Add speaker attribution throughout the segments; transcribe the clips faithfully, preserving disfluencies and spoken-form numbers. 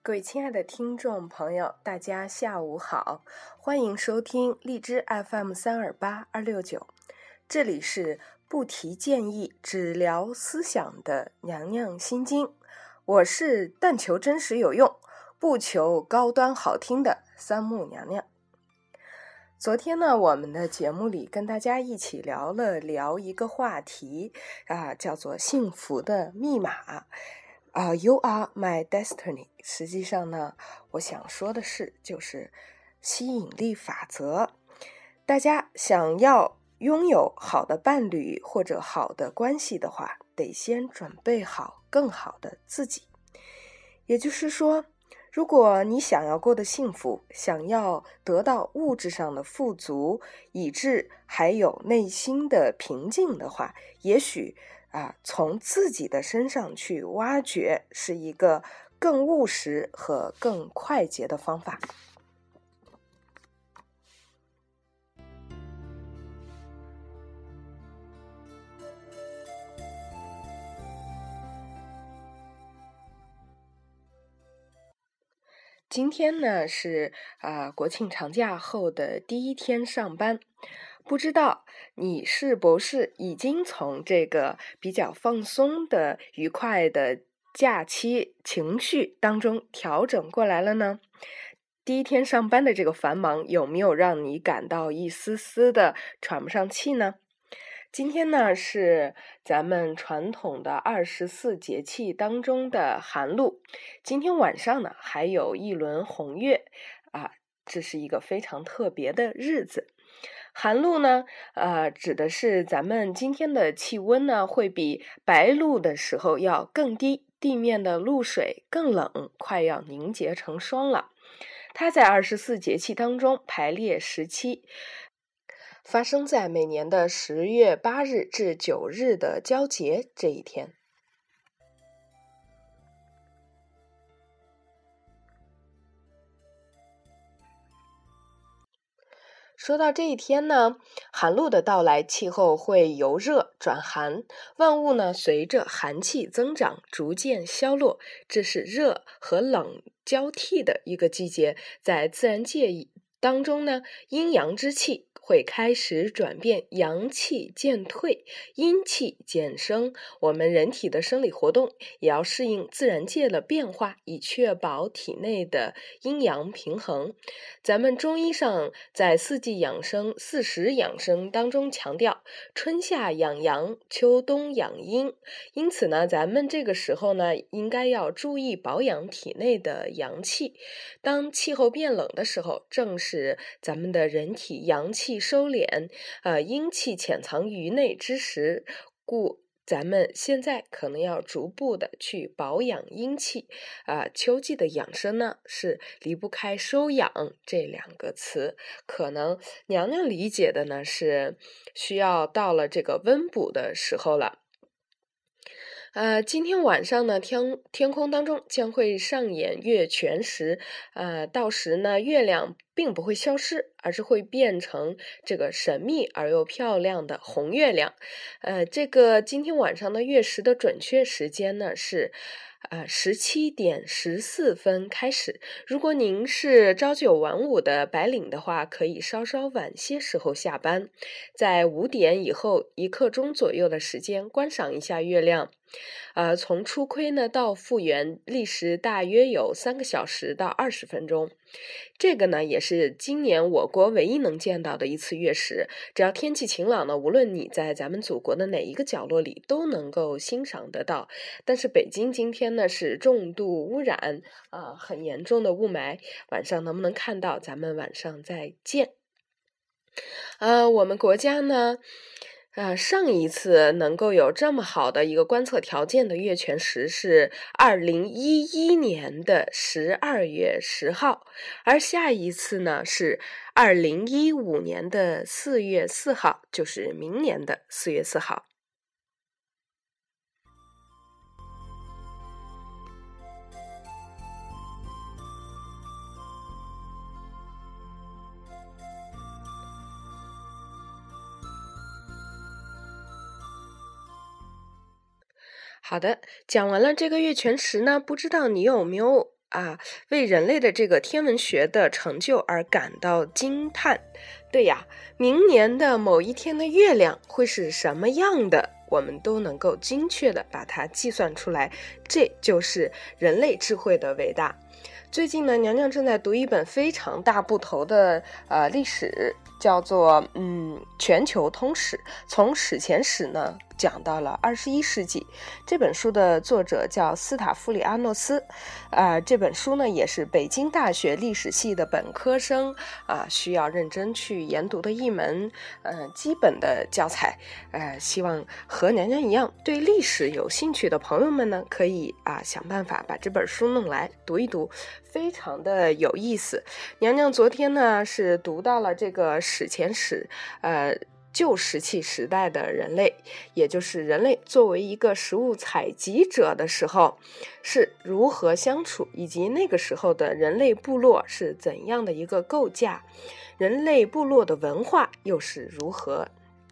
Speaker 1: 各位亲爱的听众朋友，大家下午好，欢迎收听荔枝 F M 三二八二六九，这里是不提建议，只聊思想的娘娘心经，我是但求真实有用，不求高端好听的三木娘娘。昨天呢，我们的节目里跟大家一起聊了聊一个话题啊，叫做幸福的密码啊、uh, You are my destiny。 实际上呢，我想说的是就是吸引力法则。大家想要拥有好的伴侣或者好的关系的话，得先准备好更好的自己。也就是说，如果你想要过得幸福，想要得到物质上的富足，以致还有内心的平静的话，也许啊，从自己的身上去挖掘是一个更务实和更快捷的方法。今天呢是啊、呃、国庆长假后的第一天上班，不知道你是不是已经从这个比较放松的愉快的假期情绪当中调整过来了呢？第一天上班的这个繁忙有没有让你感到一丝丝的喘不上气呢？今天呢是咱们传统的二十四节气当中的寒露，今天晚上呢还有一轮红月啊，这是一个非常特别的日子。寒露呢，呃，指的是咱们今天的气温呢会比白露的时候要更低，地面的露水更冷，快要凝结成霜了。它在二十四节气当中排列十七。发生在每年的十月八日至九日的交节这一天。说到这一天呢，寒露的到来，气候会由热转寒，万物呢随着寒气增长逐渐消落，这是热和冷交替的一个季节。在自然界当中呢，阴阳之气会开始转变，阳气渐退，阴气渐生。我们人体的生理活动也要适应自然界的变化，以确保体内的阴阳平衡。咱们中医上在四季养生、四时养生当中强调，春夏养阳，秋冬养阴。因此呢，咱们这个时候呢，应该要注意保养体内的阳气。当气候变冷的时候，正是咱们的人体阳气收敛，呃，阴气潜藏于内之时，故咱们现在可能要逐步的去保养阴气。啊、呃，秋季的养生呢，是离不开收养这两个词。可能娘娘理解的呢，是需要到了这个温补的时候了。呃，今天晚上呢，天天空当中将会上演月全食，呃，到时呢，月亮并不会消失，而是会变成这个神秘而又漂亮的红月亮。呃，这个今天晚上的月食的准确时间呢是呃，十七点十四分开始。如果您是朝九晚五的白领的话，可以稍稍晚些时候下班，在五点以后一刻钟左右的时间观赏一下月亮。呃，从初亏呢到复原，历时大约有三个小时到二十分钟。这个呢，也是今年我国唯一能见到的一次月食。只要天气晴朗呢，无论你在咱们祖国的哪一个角落里，都能够欣赏得到。但是北京今天呢是重度污染啊、呃，很严重的雾霾，晚上能不能看到？咱们晚上再见。呃，我们国家呢，呃，上一次能够有这么好的一个观测条件的月全食是二零一一年的十二月十号，而下一次呢是二零一五年的四月四号，就是明年的四月四号。好的，讲完了这个月全食呢，不知道你有没有啊，为人类的这个天文学的成就而感到惊叹。对呀，明年的某一天的月亮会是什么样的，我们都能够精确地把它计算出来，这就是人类智慧的伟大。最近呢，娘娘正在读一本非常大部头的呃历史，叫做嗯全球通史，从史前史呢讲到了二十一世纪。这本书的作者叫斯塔夫里阿诺斯，啊、呃，这本书呢也是北京大学历史系的本科生啊、呃、需要认真去研读的一门呃基本的教材。呃，希望和娘娘一样对历史有兴趣的朋友们呢，可以啊、呃、想办法把这本书弄来读一读。非常的有意思。娘娘昨天呢是读到了这个史前史，呃，旧石器时代的人类，也就是人类作为一个食物采集者的时候是如何相处，以及那个时候的人类部落是怎样的一个构架，人类部落的文化又是如何。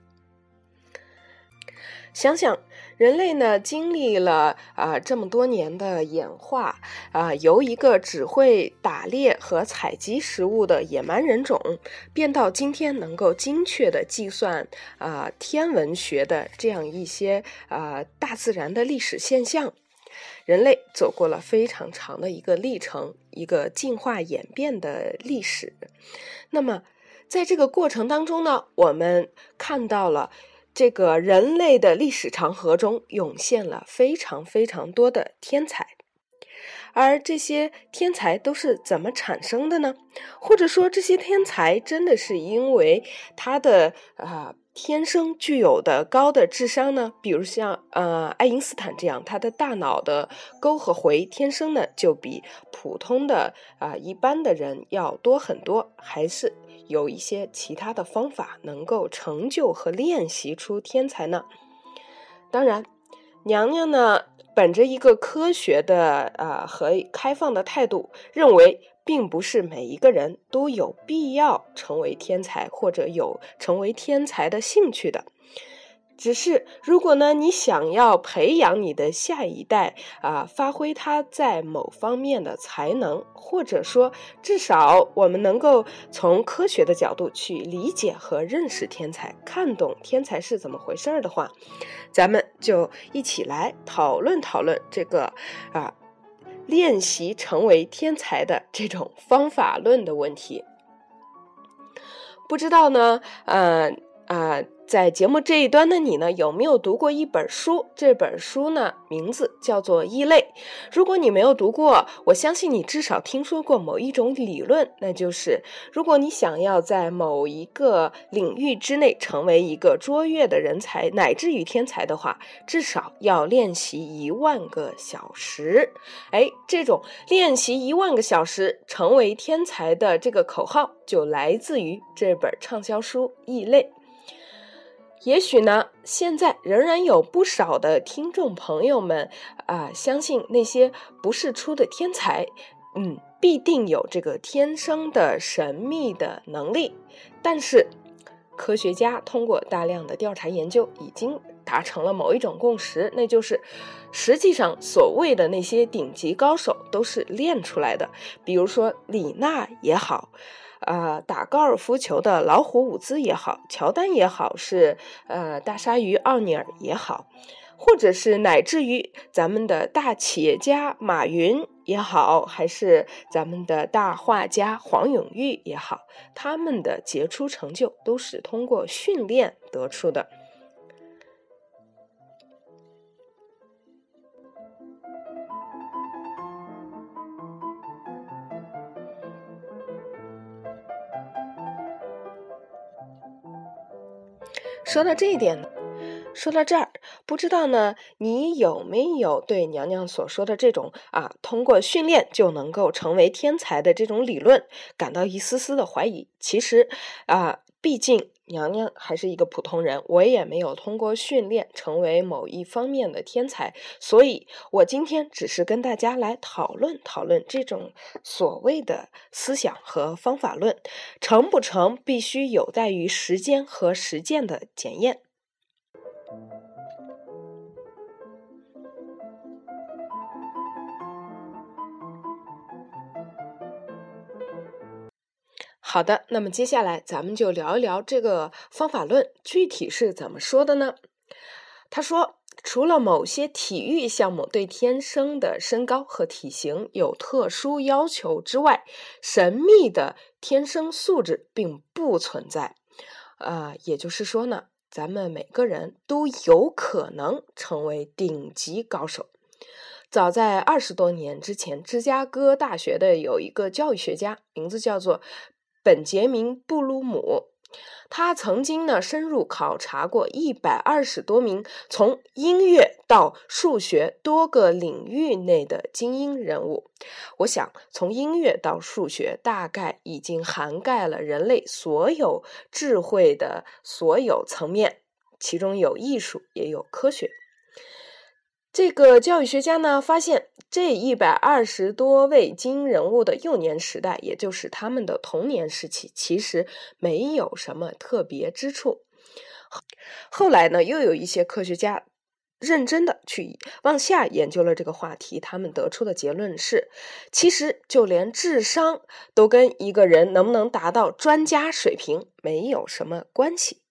Speaker 1: 想想人类呢，经历了啊、呃、这么多年的演化啊、呃，由一个只会打猎和采集食物的野蛮人种，变到今天能够精确的计算啊、呃、天文学的这样一些啊、呃、大自然的历史现象。人类走过了非常长的一个历程，一个进化演变的历史。那么在这个过程当中呢，我们看到了这个人类的历史长河中涌现了非常非常多的天才，而这些天才都是怎么产生的呢？或者说这些天才真的是因为他的啊、呃、天生具有的高的智商呢？比如像呃爱因斯坦这样，他的大脑的沟和回天生呢就比普通的啊、呃、一般的人要多很多，还是有一些其他的方法能够成就和练习出天才呢？当然，娘娘呢本着一个科学的啊、呃、和开放的态度，认为并不是每一个人都有必要成为天才，或者有成为天才的兴趣的。只是如果呢你想要培养你的下一代啊、呃，发挥他在某方面的才能，或者说至少我们能够从科学的角度去理解和认识天才，看懂天才是怎么回事的话，咱们就一起来讨论讨论这个啊练习成为天才的这种方法论的问题。不知道呢呃啊、呃，在节目这一端的你呢，有没有读过一本书？这本书呢，名字叫做《异类》。如果你没有读过，我相信你至少听说过某一种理论，那就是如果你想要在某一个领域之内成为一个卓越的人才，乃至于天才的话，至少要练习一万个小时。哎，这种练习一万个小时成为天才的这个口号，就来自于这本畅销书《异类》。也许呢，现在仍然有不少的听众朋友们啊、呃，相信那些不世出的天才，嗯，必定有这个天生的神秘的能力。但是，科学家通过大量的调查研究，已经达成了某一种共识，那就是实际上所谓的那些顶级高手都是练出来的。比如说李娜也好，呃，打高尔夫球的老虎伍兹也好，乔丹也好，是呃大鲨鱼奥尼尔也好，或者是乃至于咱们的大企业家马云也好，还是咱们的大画家黄永玉也好，他们的杰出成就都是通过训练得出的。说到这一点，说到这儿，不知道呢，你有没有对娘娘所说的这种啊，通过训练就能够成为天才的这种理论感到一丝丝的怀疑？其实啊，毕竟娘娘还是一个普通人，我也没有通过训练成为某一方面的天才，所以我今天只是跟大家来讨论讨论这种所谓的思想和方法论，成不成必须有待于时间和实践的检验。 好的，那么接下来咱们就聊一聊这个方法论具体是怎么说的呢？他说，除了某些体育项目对天生的身高和体型有特殊要求之外，神秘的天生素质并不存在。呃，也就是说呢，咱们每个人都有可能成为顶级高手。早在二十多年之前，芝加哥大学的有一个教育学家，名字叫做本杰明·布鲁姆，他曾经呢深入考察过一百二十多名从音乐到数学多个领域内的精英人物。我想，从音乐到数学，大概已经涵盖了人类所有智慧的所有层面，其中有艺术，也有科学。这个教育学家呢，发现这一百二十多位精英人物的幼年时代，也就是他们的童年时期，其实没有什么特别之处。后来呢，又有一些科学家认真的去往下研究了这个话题，他们得出的结论是，其实就连智商都跟一个人能不能达到专家水平没有什么关系。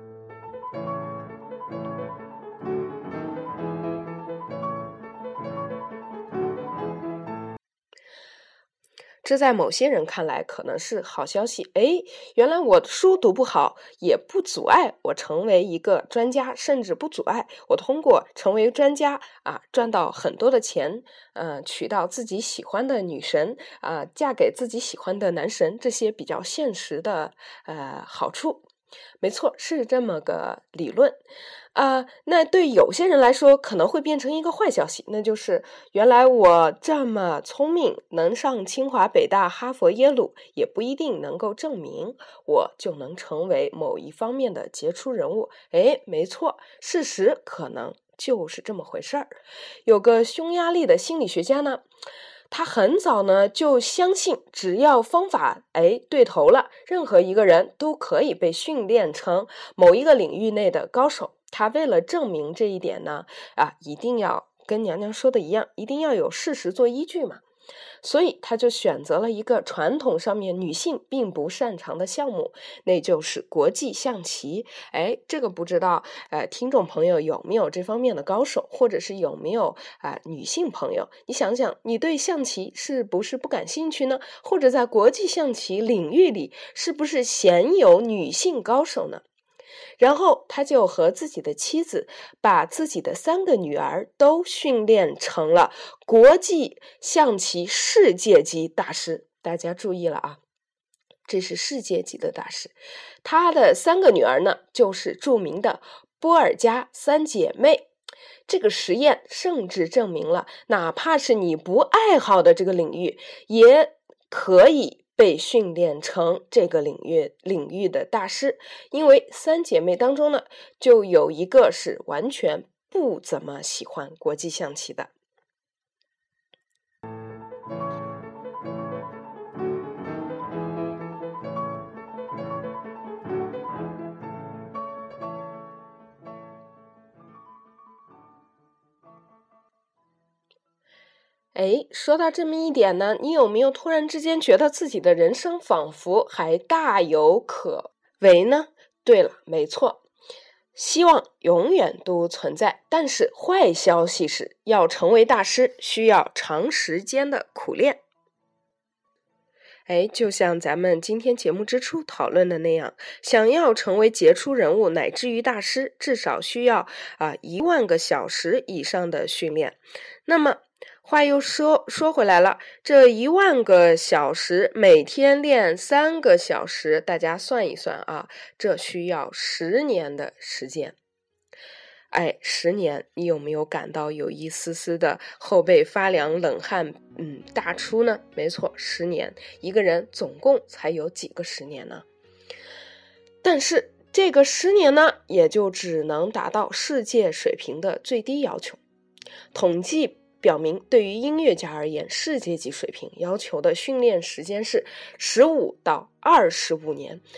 Speaker 1: 这在某些人看来可能是好消息，诶，原来我书读不好也不阻碍我成为一个专家，甚至不阻碍我通过成为专家啊赚到很多的钱，呃，娶到自己喜欢的女神啊、呃，嫁给自己喜欢的男神，这些比较现实的呃好处。没错，是这么个理论。啊、呃，那对有些人来说可能会变成一个坏消息，那就是原来我这么聪明，能上清华、北大、哈佛、耶鲁，也不一定能够证明我就能成为某一方面的杰出人物。诶，没错，事实可能就是这么回事儿。有个匈牙利的心理学家呢，他很早呢就相信，只要方法哎对头了，任何一个人都可以被训练成某一个领域内的高手。他为了证明这一点呢，啊，一定要跟娘娘说的一样，一定要有事实做依据嘛。所以他就选择了一个传统上面女性并不擅长的项目，那就是国际象棋。哎，这个不知道呃，听众朋友有没有这方面的高手，或者是有没有啊、呃、女性朋友？你想想，你对象棋是不是不感兴趣呢？或者在国际象棋领域里，是不是鲜有女性高手呢？然后他就和自己的妻子把自己的三个女儿都训练成了国际象棋世界级大师。大家注意了啊，这是世界级的大师。他的三个女儿呢，就是著名的波尔加三姐妹。这个实验甚至证明了，哪怕是你不爱好的这个领域，也可以被训练成这个领域领域的大师。因为三姐妹当中呢，就有一个是完全不怎么喜欢国际象棋的。哎，说到这么一点呢，你有没有突然之间觉得自己的人生仿佛还大有可为呢？对了，没错，希望永远都存在，但是坏消息是，要成为大师需要长时间的苦练。哎，就像咱们今天节目之初讨论的那样，想要成为杰出人物乃至于大师，至少需要啊一万个小时以上的训练。那么话又说说回来了，这一万个小时，每天练三个小时，大家算一算啊，这需要十年的时间。哎，十年，你有没有感到有一丝丝的后背发凉、冷汗嗯大出呢？没错，十年，一个人总共才有几个十年呢？但是这个十年呢，也就只能达到世界水平的最低要求。统计表明，对于音乐家而言，世界级水平要求的训练时间是十五到二十五年。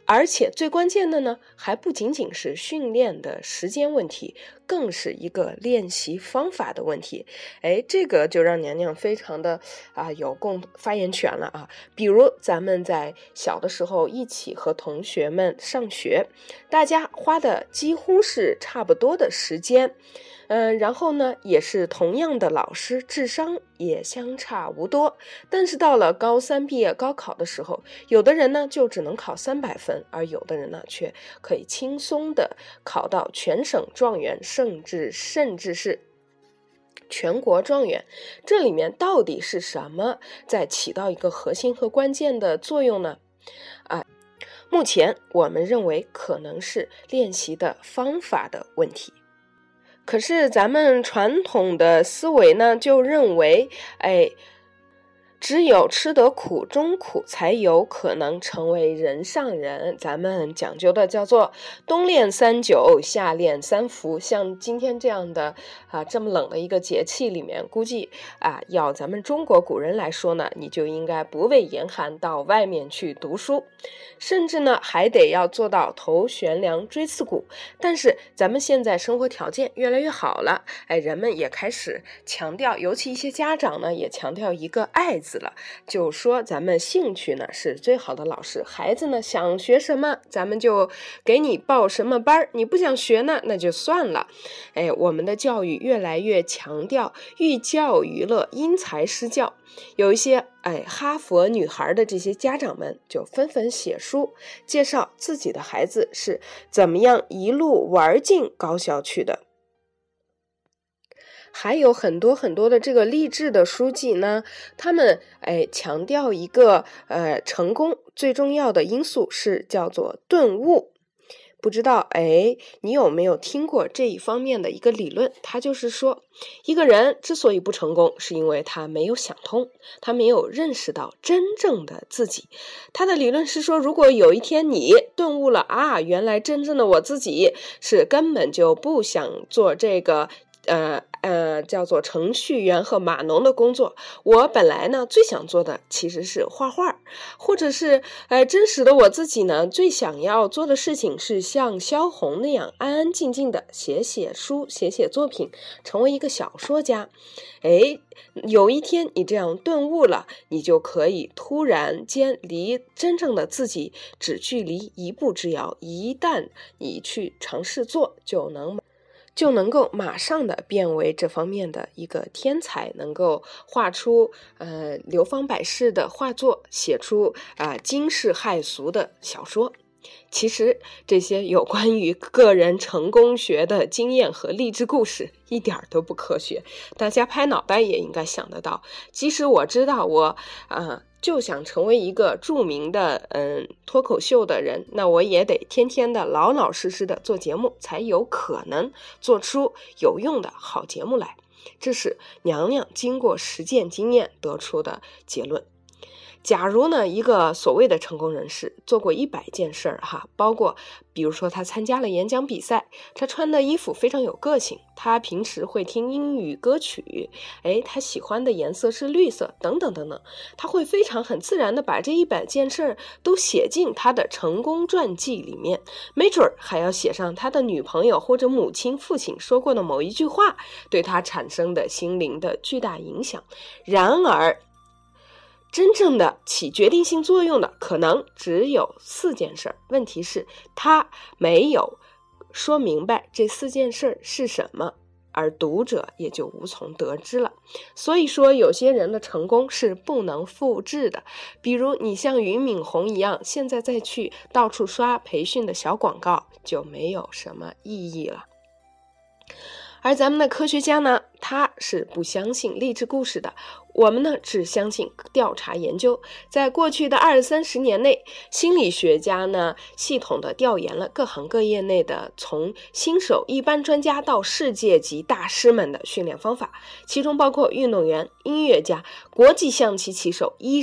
Speaker 1: 而且最关键的呢，还不仅仅是训练的时间问题，更是一个练习方法的问题。哎，这个就让娘娘非常的啊有共发言权了啊。比如咱们在小的时候一起和同学们上学，大家花的几乎是差不多的时间。嗯，然后呢，也是同样的老师，智商也相差无多。但是到了高三毕业高考的时候，有的人呢就只能考三百分，而有的人呢却可以轻松的考到全省状元，甚至甚至是全国状元。这里面到底是什么在起到一个核心和关键的作用呢？啊，目前我们认为可能是练习的方法的问题。可是咱们传统的思维呢，就认为，哎，只有吃得苦中苦，才有可能成为人上人。咱们讲究的叫做冬练三九，夏练三伏。像今天这样的啊这么冷的一个节气里面，估计啊要咱们中国古人来说呢，你就应该不畏严寒到外面去读书，甚至呢还得要做到头悬梁锥刺股。但是咱们现在生活条件越来越好了，哎，人们也开始强调，尤其一些家长呢也强调一个爱字了，就说咱们兴趣呢是最好的老师，孩子呢想学什么咱们就给你报什么班，你不想学呢那就算了。哎，我们的教育越来越强调寓教于乐，因材施教。有一些哎哈佛女孩的这些家长们就纷纷写书介绍自己的孩子是怎么样一路玩进高校去的。还有很多很多的这个励志的书籍呢，他们哎强调一个呃成功最重要的因素是叫做顿悟。不知道哎你有没有听过这一方面的一个理论？它就是说，一个人之所以不成功，是因为他没有想通，他没有认识到真正的自己。他的理论是说，如果有一天你顿悟了啊，原来真正的我自己是根本就不想做这个呃呃，叫做程序员和码农的工作，我本来呢最想做的其实是画画，或者是呃真实的我自己呢最想要做的事情是像萧红那样安安静静的写写书，写写作品，成为一个小说家。哎，有一天你这样顿悟了，你就可以突然间离真正的自己只距离一步之遥，一旦你去尝试做，就能就能够马上的变为这方面的一个天才，能够画出呃流芳百世的画作，写出啊、呃、惊世骇俗的小说。其实这些有关于个人成功学的经验和励志故事一点都不科学，大家拍脑袋也应该想得到。即使我知道我呃就想成为一个著名的嗯脱口秀的人，那我也得天天的老老实实的做节目，才有可能做出有用的好节目来。这是娘娘经过实践经验得出的结论。假如呢，一个所谓的成功人士做过一百件事儿哈，包括比如说他参加了演讲比赛，他穿的衣服非常有个性，他平时会听英语歌曲，哎，他喜欢的颜色是绿色，等等等等，他会非常很自然的把这一百件事儿都写进他的成功传记里面，没准儿还要写上他的女朋友或者母亲、父亲说过的某一句话对他产生的心灵的巨大影响。然而真正的起决定性作用的可能只有四件事，问题是他没有说明白这四件事是什么，而读者也就无从得知了。所以说有些人的成功是不能复制的，比如你像俞敏洪一样，现在再去到处刷培训的小广告就没有什么意义了。而咱们的科学家呢，他是不相信励志故事的，我们呢只相信调查研究。在过去的二三十年内，心理学家呢系统的调研了各行各业内的从新手一般专家到世界级大师们的训练方法，其中包括运动员、音乐家、国际象棋棋手、医生、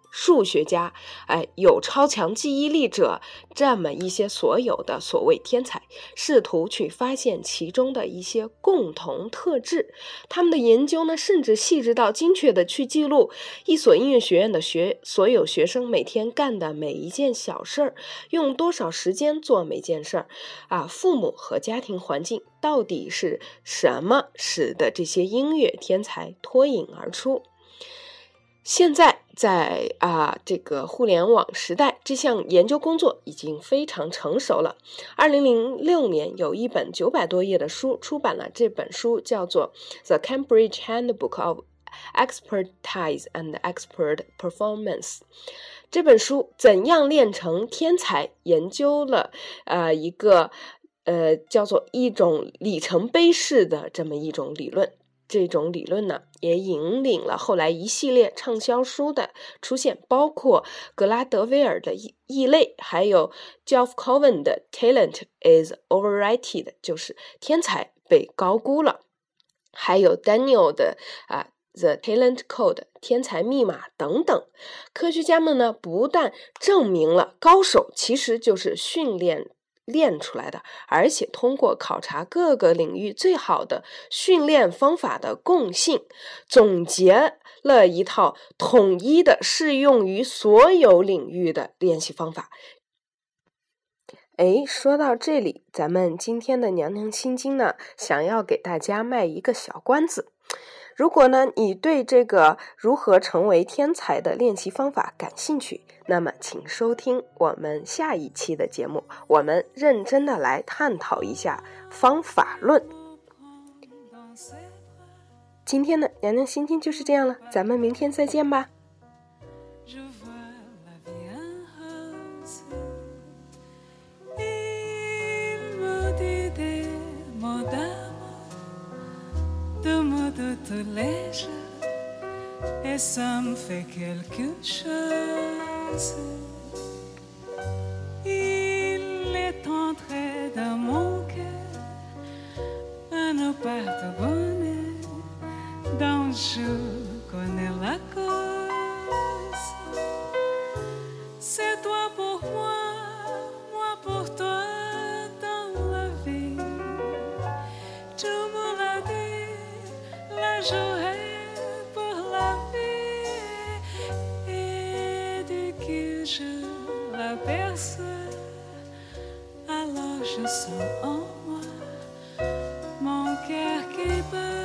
Speaker 1: 数学家，哎，有超强记忆力者，这么一些所有的所谓天才，试图去发现其中的一些共同特质。他们的研究呢，甚至细致到精确的去记录一所音乐学院的学所有学生每天干的每一件小事儿，用多少时间做每件事儿，啊，父母和家庭环境到底是什么使得这些音乐天才脱颖而出。现在在啊这个互联网时代，这项研究工作已经非常成熟了。二零零六年，有一本九百多页的书出版了，这本书叫做《The Cambridge Handbook of Expertise and Expert Performance》。这本书怎样练成天才，研究了呃一个呃叫做一种里程碑式的这么一种理论。这种理论呢，也引领了后来一系列畅销书的出现，包括格拉德威尔的《异类》，还有 Geoff Cowan 的 Talent is Overrated， 就是天才被高估了，还有 Daniel 的啊 The Talent Code 天才密码等等。科学家们呢，不但证明了高手其实就是训练练出来的，而且通过考察各个领域最好的训练方法的共性，总结了一套统一的适用于所有领域的练习方法。哎，说到这里，咱们今天的娘娘心经呢，想要给大家卖一个小关子。如果呢，你对这个如何成为天才的练习方法感兴趣，那么请收听我们下一期的节目，我们认真的来探讨一下方法论。今天的娘娘心经就是这样了，咱们明天再见吧。
Speaker 2: Tous les jours et ça me fait quelque chose. Il est entré dans mon cœur un porte-bonheur dont je connais la cause. C'est toi pour moi, moi pour toi dans la vie. Tu me l'as dit, j'aurai pour la vie, et dès que je l'aperçois, alors je sens en moi mon cœur qui bat.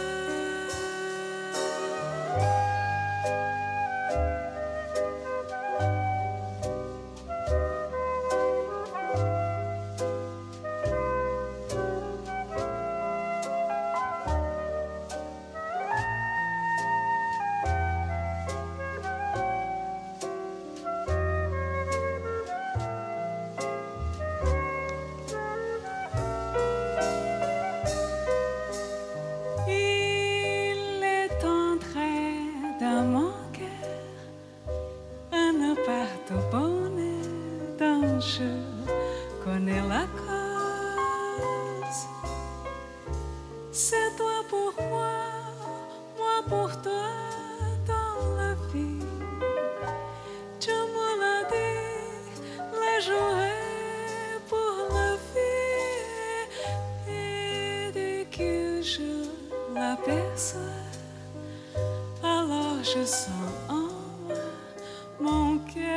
Speaker 2: Je connais la cause. C'est toi pour moi, moi pour toi dans la vie. Tu me l'as dit, la journée pour la vie. Et dès que je l'aperçois, alors je sens en moi mon cœur.